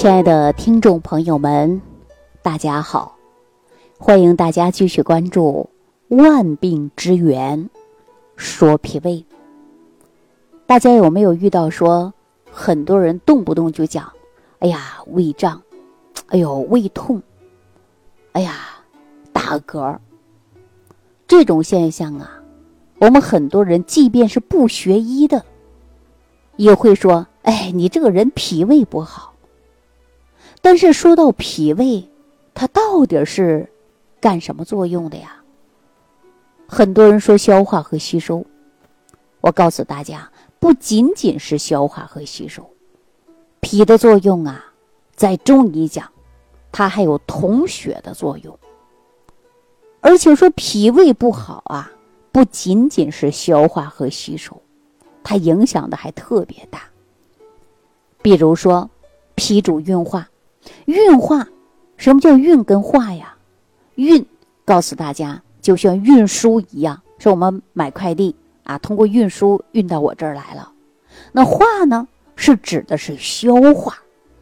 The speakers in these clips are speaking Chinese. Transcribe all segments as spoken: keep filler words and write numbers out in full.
亲爱的听众朋友们，大家好，欢迎大家继续关注万病之源说脾胃。大家有没有遇到说很多人动不动就讲，哎呀胃胀，哎呦胃痛，哎呀打嗝，这种现象啊，我们很多人即便是不学医的也会说，哎，你这个人脾胃不好。但是说到脾胃，它到底是干什么作用的呀？很多人说消化和吸收，我告诉大家，不仅仅是消化和吸收，脾的作用啊，在中医讲，它还有统血的作用。而且说脾胃不好啊，不仅仅是消化和吸收，它影响的还特别大。比如说脾主运化，运化，什么叫运跟化呀？运告诉大家就像运输一样，是我们买快递啊，通过运输运到我这儿来了。那化呢，是指的是消化。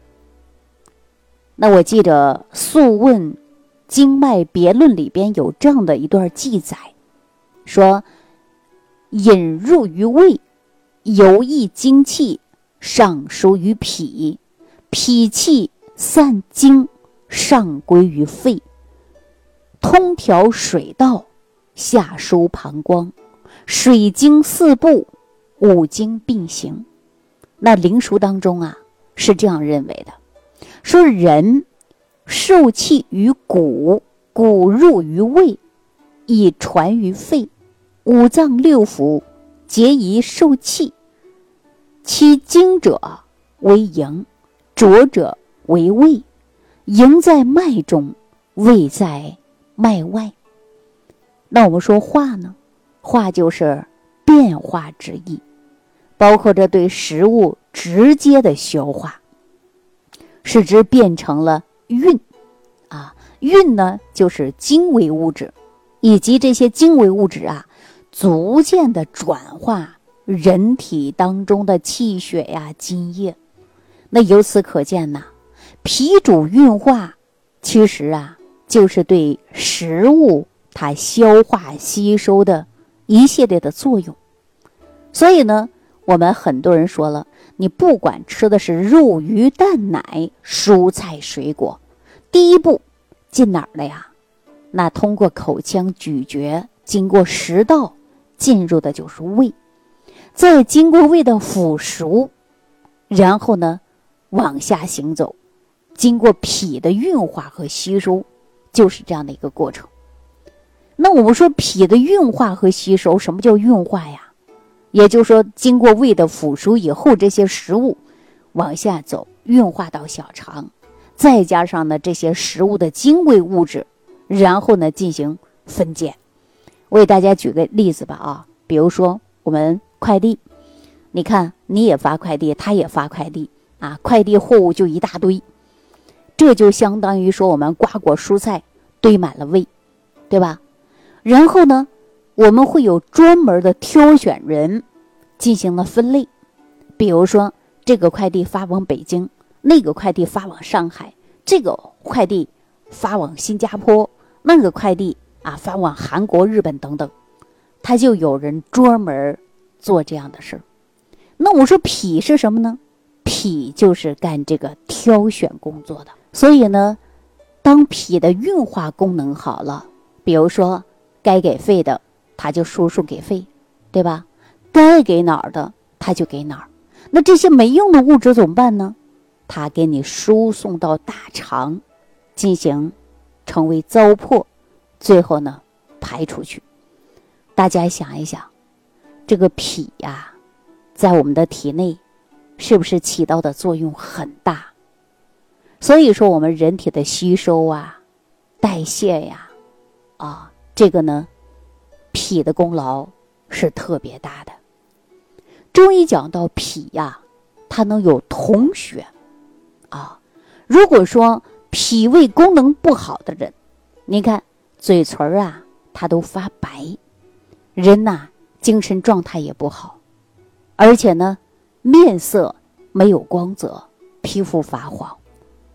那我记得《素问经脉别论》里边有这样的一段记载，说引入于胃，游溢精气，上输于脾，脾气散精，上归于肺，通调水道，下输膀胱，水经四部，五经并行。那灵枢当中啊，是这样认为的，说人受气于骨，骨入于胃，以传于肺，五脏六腑皆宜受气，其精者为营，浊者为胃，营在脉中，胃在脉外。那我们说化呢，化就是变化之意，包括着对食物直接的消化，使之变成了运啊。运呢，就是精微物质，以及这些精微物质啊，逐渐的转化人体当中的气血呀、津液。那由此可见呐，脾主运化，其实啊，就是对食物它消化吸收的一系列的作用。所以呢，我们很多人说了，你不管吃的是肉鱼蛋奶蔬菜水果，第一步进哪儿了呀？那通过口腔咀嚼，经过食道进入的就是胃，再经过胃的腐熟，然后呢往下行走，经过脾的运化和吸收，就是这样的一个过程。那我们说脾的运化和吸收，什么叫运化呀？也就是说经过胃的腐熟以后，这些食物往下走，运化到小肠，再加上呢这些食物的精微物质，然后呢进行分拣。我给大家举个例子吧啊，比如说我们快递，你看你也发快递，他也发快递啊，快递货物就一大堆，这就相当于说我们瓜果蔬菜堆满了胃，对吧？然后呢，我们会有专门的挑选人进行了分类，比如说这个快递发往北京，那个快递发往上海，这个快递发往新加坡，那个快递啊发往韩国、日本等等，他就有人专门做这样的事。那我说脾是什么呢？脾就是干这个挑选工作的。所以呢，当脾的运化功能好了，比如说该给肺的它就输送给肺，对吧？该给哪儿的它就给哪儿。那这些没用的物质怎么办呢？它给你输送到大肠进行成为糟粕，最后呢排出去。大家想一想，这个脾呀，在我们的体内是不是起到的作用很大？所以说我们人体的吸收啊、代谢呀，啊，这个呢，脾的功劳是特别大的。中医讲到脾呀，它能有统血啊。如果说脾胃功能不好的人，你看嘴唇啊，它都发白，人呐、啊、精神状态也不好，而且呢面色没有光泽，皮肤发黄。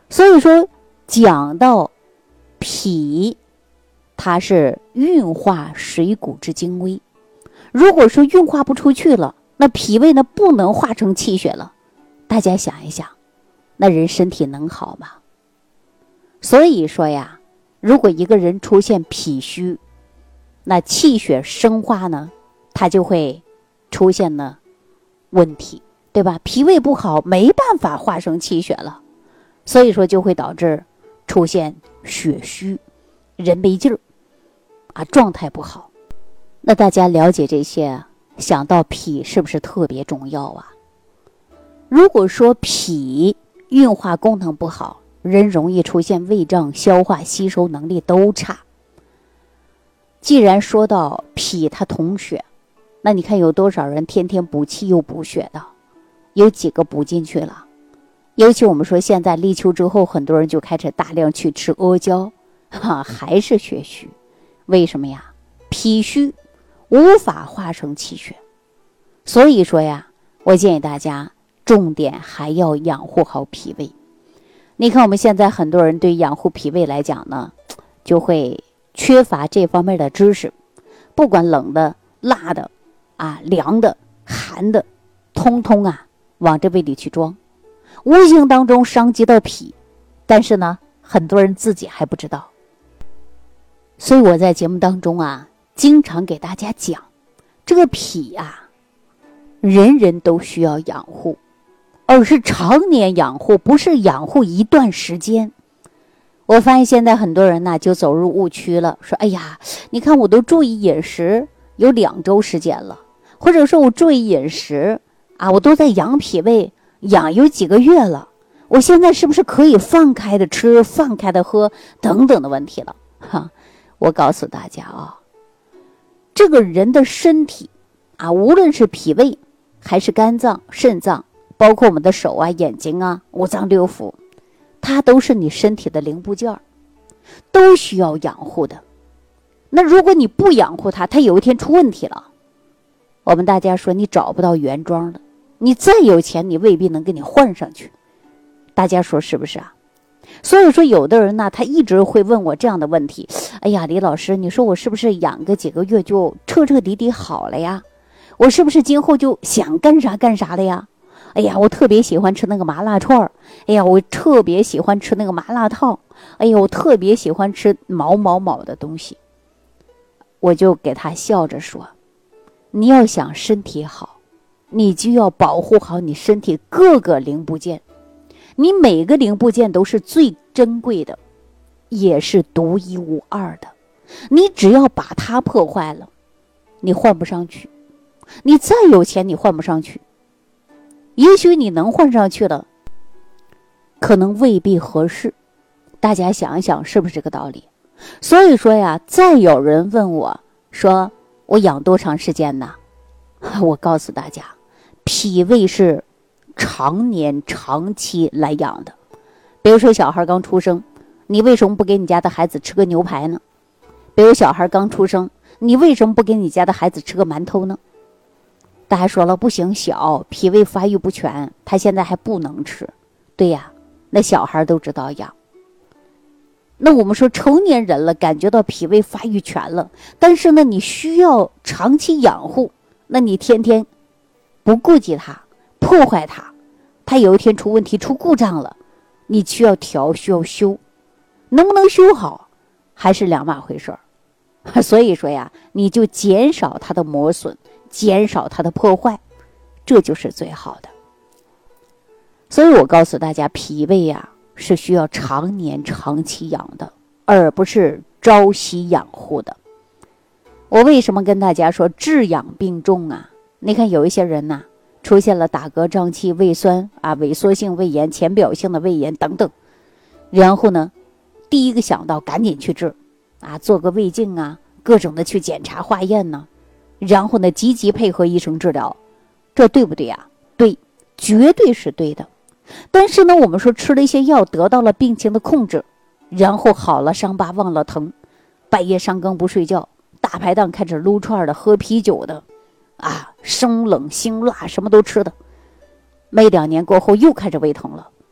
所以说讲到脾，它是运化水谷之精微，如果说运化不出去了，那脾胃呢不能化成气血了，大家想一想，那人身体能好吗？所以说呀，如果一个人出现脾虚，那气血生化呢，它就会出现呢问题，对吧？脾胃不好，没办法化生气血了，所以说就会导致出现血虚，人没劲儿啊，状态不好。那大家了解这些，想到脾是不是特别重要啊？如果说脾运化功能不好，人容易出现胃胀、消化吸收能力都差。既然说到脾它统血，那你看有多少人天天补气又补血的，有几个补进去了？尤其我们说现在立秋之后，很多人就开始大量去吃阿胶，哈，还是血虚。为什么呀？脾虚无法化生气血。所以说呀，我建议大家重点还要养护好脾胃。你看我们现在很多人对养护脾胃来讲呢，就会缺乏这方面的知识，不管冷的、辣的啊、凉的、寒的，通通啊往这胃里去装，无形当中伤及到脾，但是呢很多人自己还不知道。所以我在节目当中啊经常给大家讲，这个脾啊人人都需要养护，而是常年养护，不是养护一段时间。我发现现在很多人呢就走入误区了，说哎呀，你看我都注意饮食有两周时间了，或者说我注意饮食啊，我都在养脾胃养有几个月了，我现在是不是可以放开的吃放开的喝等等的问题了。哈，我告诉大家啊，这个人的身体啊，无论是脾胃还是肝脏、肾脏，包括我们的手啊、眼睛啊、五脏六腑，它都是你身体的零部件，都需要养护的。那如果你不养护它，它有一天出问题了，我们大家说你找不到原装的，你再有钱你未必能给你换上去，大家说是不是啊？所以说有的人呢，他一直会问我这样的问题，哎呀，李老师，你说我是不是养个几个月就彻彻底底好了呀？我是不是今后就想干啥干啥了呀？哎呀，我特别喜欢吃那个麻辣串儿，哎呀，我特别喜欢吃那个麻辣烫，哎呀，我特别喜欢吃某某某的东西。我就给他笑着说，你要想身体好，你就要保护好你身体各个零部件，你每个零部件都是最珍贵的，也是独一无二的，你只要把它破坏了，你换不上去，你再有钱你换不上去，也许你能换上去了，可能未必合适。大家想一想是不是这个道理？所以说呀，再有人问我说我养多长时间呢？我告诉大家，脾胃是常年长期来养的。比如说小孩刚出生，你为什么不给你家的孩子吃个牛排呢？比如小孩刚出生，你为什么不给你家的孩子吃个馒头呢？大家说了，不行，小脾胃发育不全，他现在还不能吃。对呀，那小孩都知道养。那我们说成年人了，感觉到脾胃发育全了，但是呢你需要长期养护，那你天天不顾及它，破坏它，它有一天出问题出故障了，你需要调需要修，能不能修好还是两码回事儿。所以说呀，你就减少它的磨损，减少它的破坏，这就是最好的。所以我告诉大家，脾胃呀是需要常年长期养的，而不是朝夕养护的。我为什么跟大家说治养并重啊？你看有一些人呐、啊，出现了打嗝胀气、胃酸啊、萎缩性胃炎、浅表性的胃炎等等，然后呢第一个想到赶紧去治啊，做个胃镜啊，各种的去检查化验呢，然后呢积极配合医生治疗，这对不对啊？对，绝对是对的。但是呢我们说吃了一些药，得到了病情的控制，然后好了伤疤忘了疼，半夜三更不睡觉，大排档开始撸串的，喝啤酒的啊，生冷辛辣什么都吃的，没两年过后又开始胃疼了，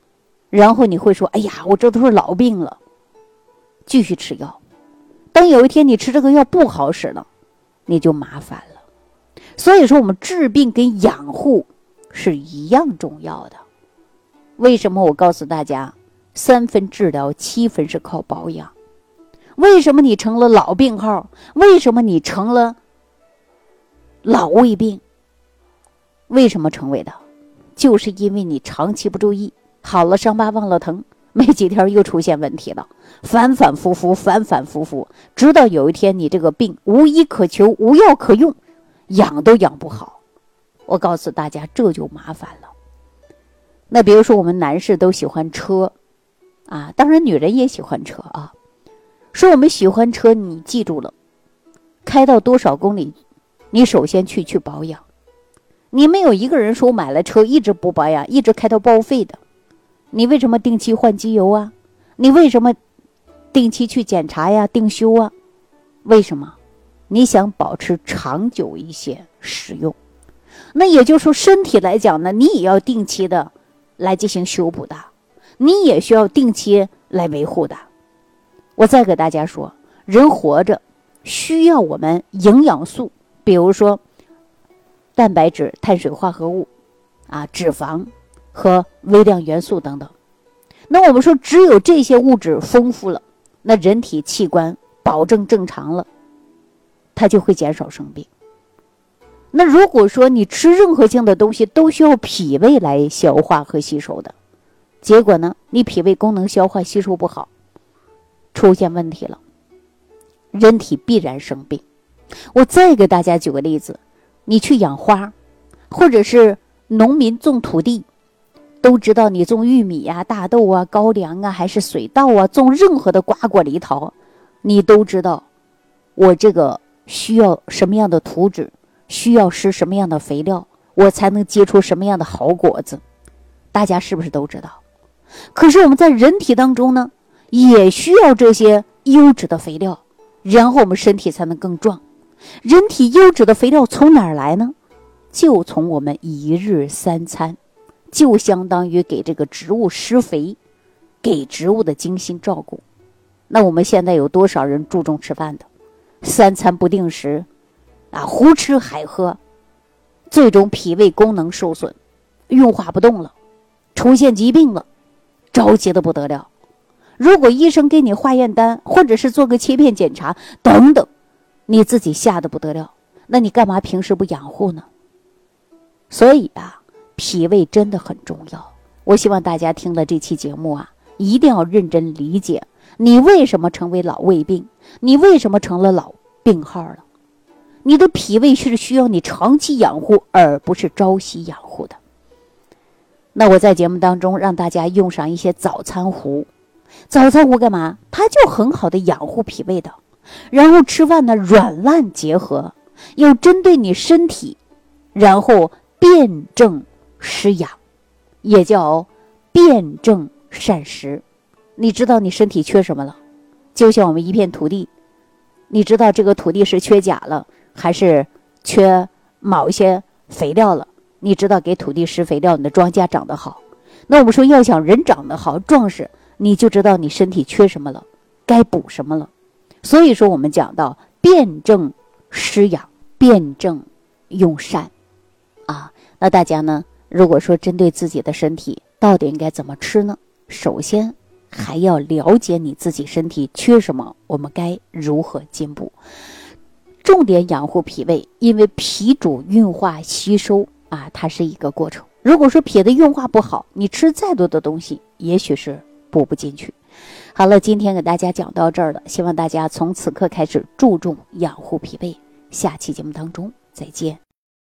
然后你会说，哎呀，我这都是老病了，继续吃药。当有一天你吃这个药不好使了，你就麻烦了。所以说我们治病跟养护是一样重要的。为什么我告诉大家三分治疗，七分是靠保养？为什么你成了老病号？为什么你成了老胃病？为什么成为的？就是因为你长期不注意，好了伤疤忘了疼，没几天又出现问题了，反反复复反反复复，直到有一天你这个病无医可求，无药可用，养都养不好。我告诉大家，这就麻烦了。那比如说我们男士都喜欢车啊，当然女人也喜欢车啊。说我们喜欢车，你记住了，开到多少公里，你首先去去保养。你没有一个人说买了车一直不保养，一直开到报废的。你为什么定期换机油啊？你为什么定期去检查呀、定修啊？为什么？你想保持长久一些使用。那也就是说，身体来讲呢，你也要定期的来进行修补的，你也需要定期来维护的。我再给大家说，人活着需要我们营养素，比如说蛋白质、碳水化合物啊、脂肪和微量元素等等。那我们说只有这些物质丰富了，那人体器官保证正常了，它就会减少生病。那如果说你吃任何性的东西都需要脾胃来消化和吸收的，结果呢，你脾胃功能消化吸收不好，出现问题了，人体必然生病。我再给大家举个例子，你去养花，或者是农民种土地，都知道你种玉米啊、大豆啊、高粱啊，还是水稻啊，种任何的瓜果梨桃，你都知道我这个需要什么样的土质，需要施什么样的肥料，我才能结出什么样的好果子，大家是不是都知道？可是我们在人体当中呢，也需要这些优质的肥料，然后我们身体才能更壮。人体优质的肥料从哪儿来呢？就从我们一日三餐，就相当于给这个植物施肥，给植物的精心照顾。那我们现在有多少人注重吃饭的？三餐不定时啊，胡吃海喝，最终脾胃功能受损，运化不动了，出现疾病了，着急的不得了。如果医生给你化验单，或者是做个切片检查等等，你自己吓得不得了，那你干嘛平时不养护呢？所以啊，脾胃真的很重要。我希望大家听了这期节目啊，一定要认真理解，你为什么成为老胃病，你为什么成了老病号了。你的脾胃是需要你长期养护，而不是朝夕养护的。那我在节目当中让大家用上一些早餐糊，早餐糊干嘛？它就很好的养护脾胃的。然后吃饭呢，软烂结合，要针对你身体，然后辨证施养，也叫辨证膳食。你知道你身体缺什么了？就像我们一片土地，你知道这个土地是缺钾了，还是缺某一些肥料了？你知道给土地施肥料，你的庄稼长得好。那我们说要想人长得好壮实，你就知道你身体缺什么了，该补什么了。所以说我们讲到辨证施养，辨证用膳啊。那大家呢，如果说针对自己的身体到底应该怎么吃呢？首先还要了解你自己身体缺什么，我们该如何进步。重点养护脾胃，因为脾主运化吸收啊，它是一个过程。如果说脾的运化不好，你吃再多的东西也许是补不进去。好了，今天给大家讲到这儿了，希望大家从此刻开始注重养护脾胃。下期节目当中再见。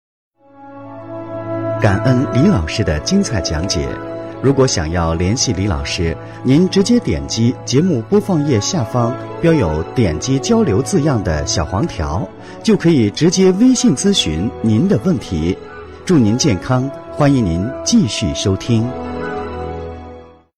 感恩李老师的精彩讲解。如果想要联系李老师，您直接点击节目播放页下方标有点击交流字样的小黄条，就可以直接微信咨询您的问题。祝您健康，欢迎您继续收听。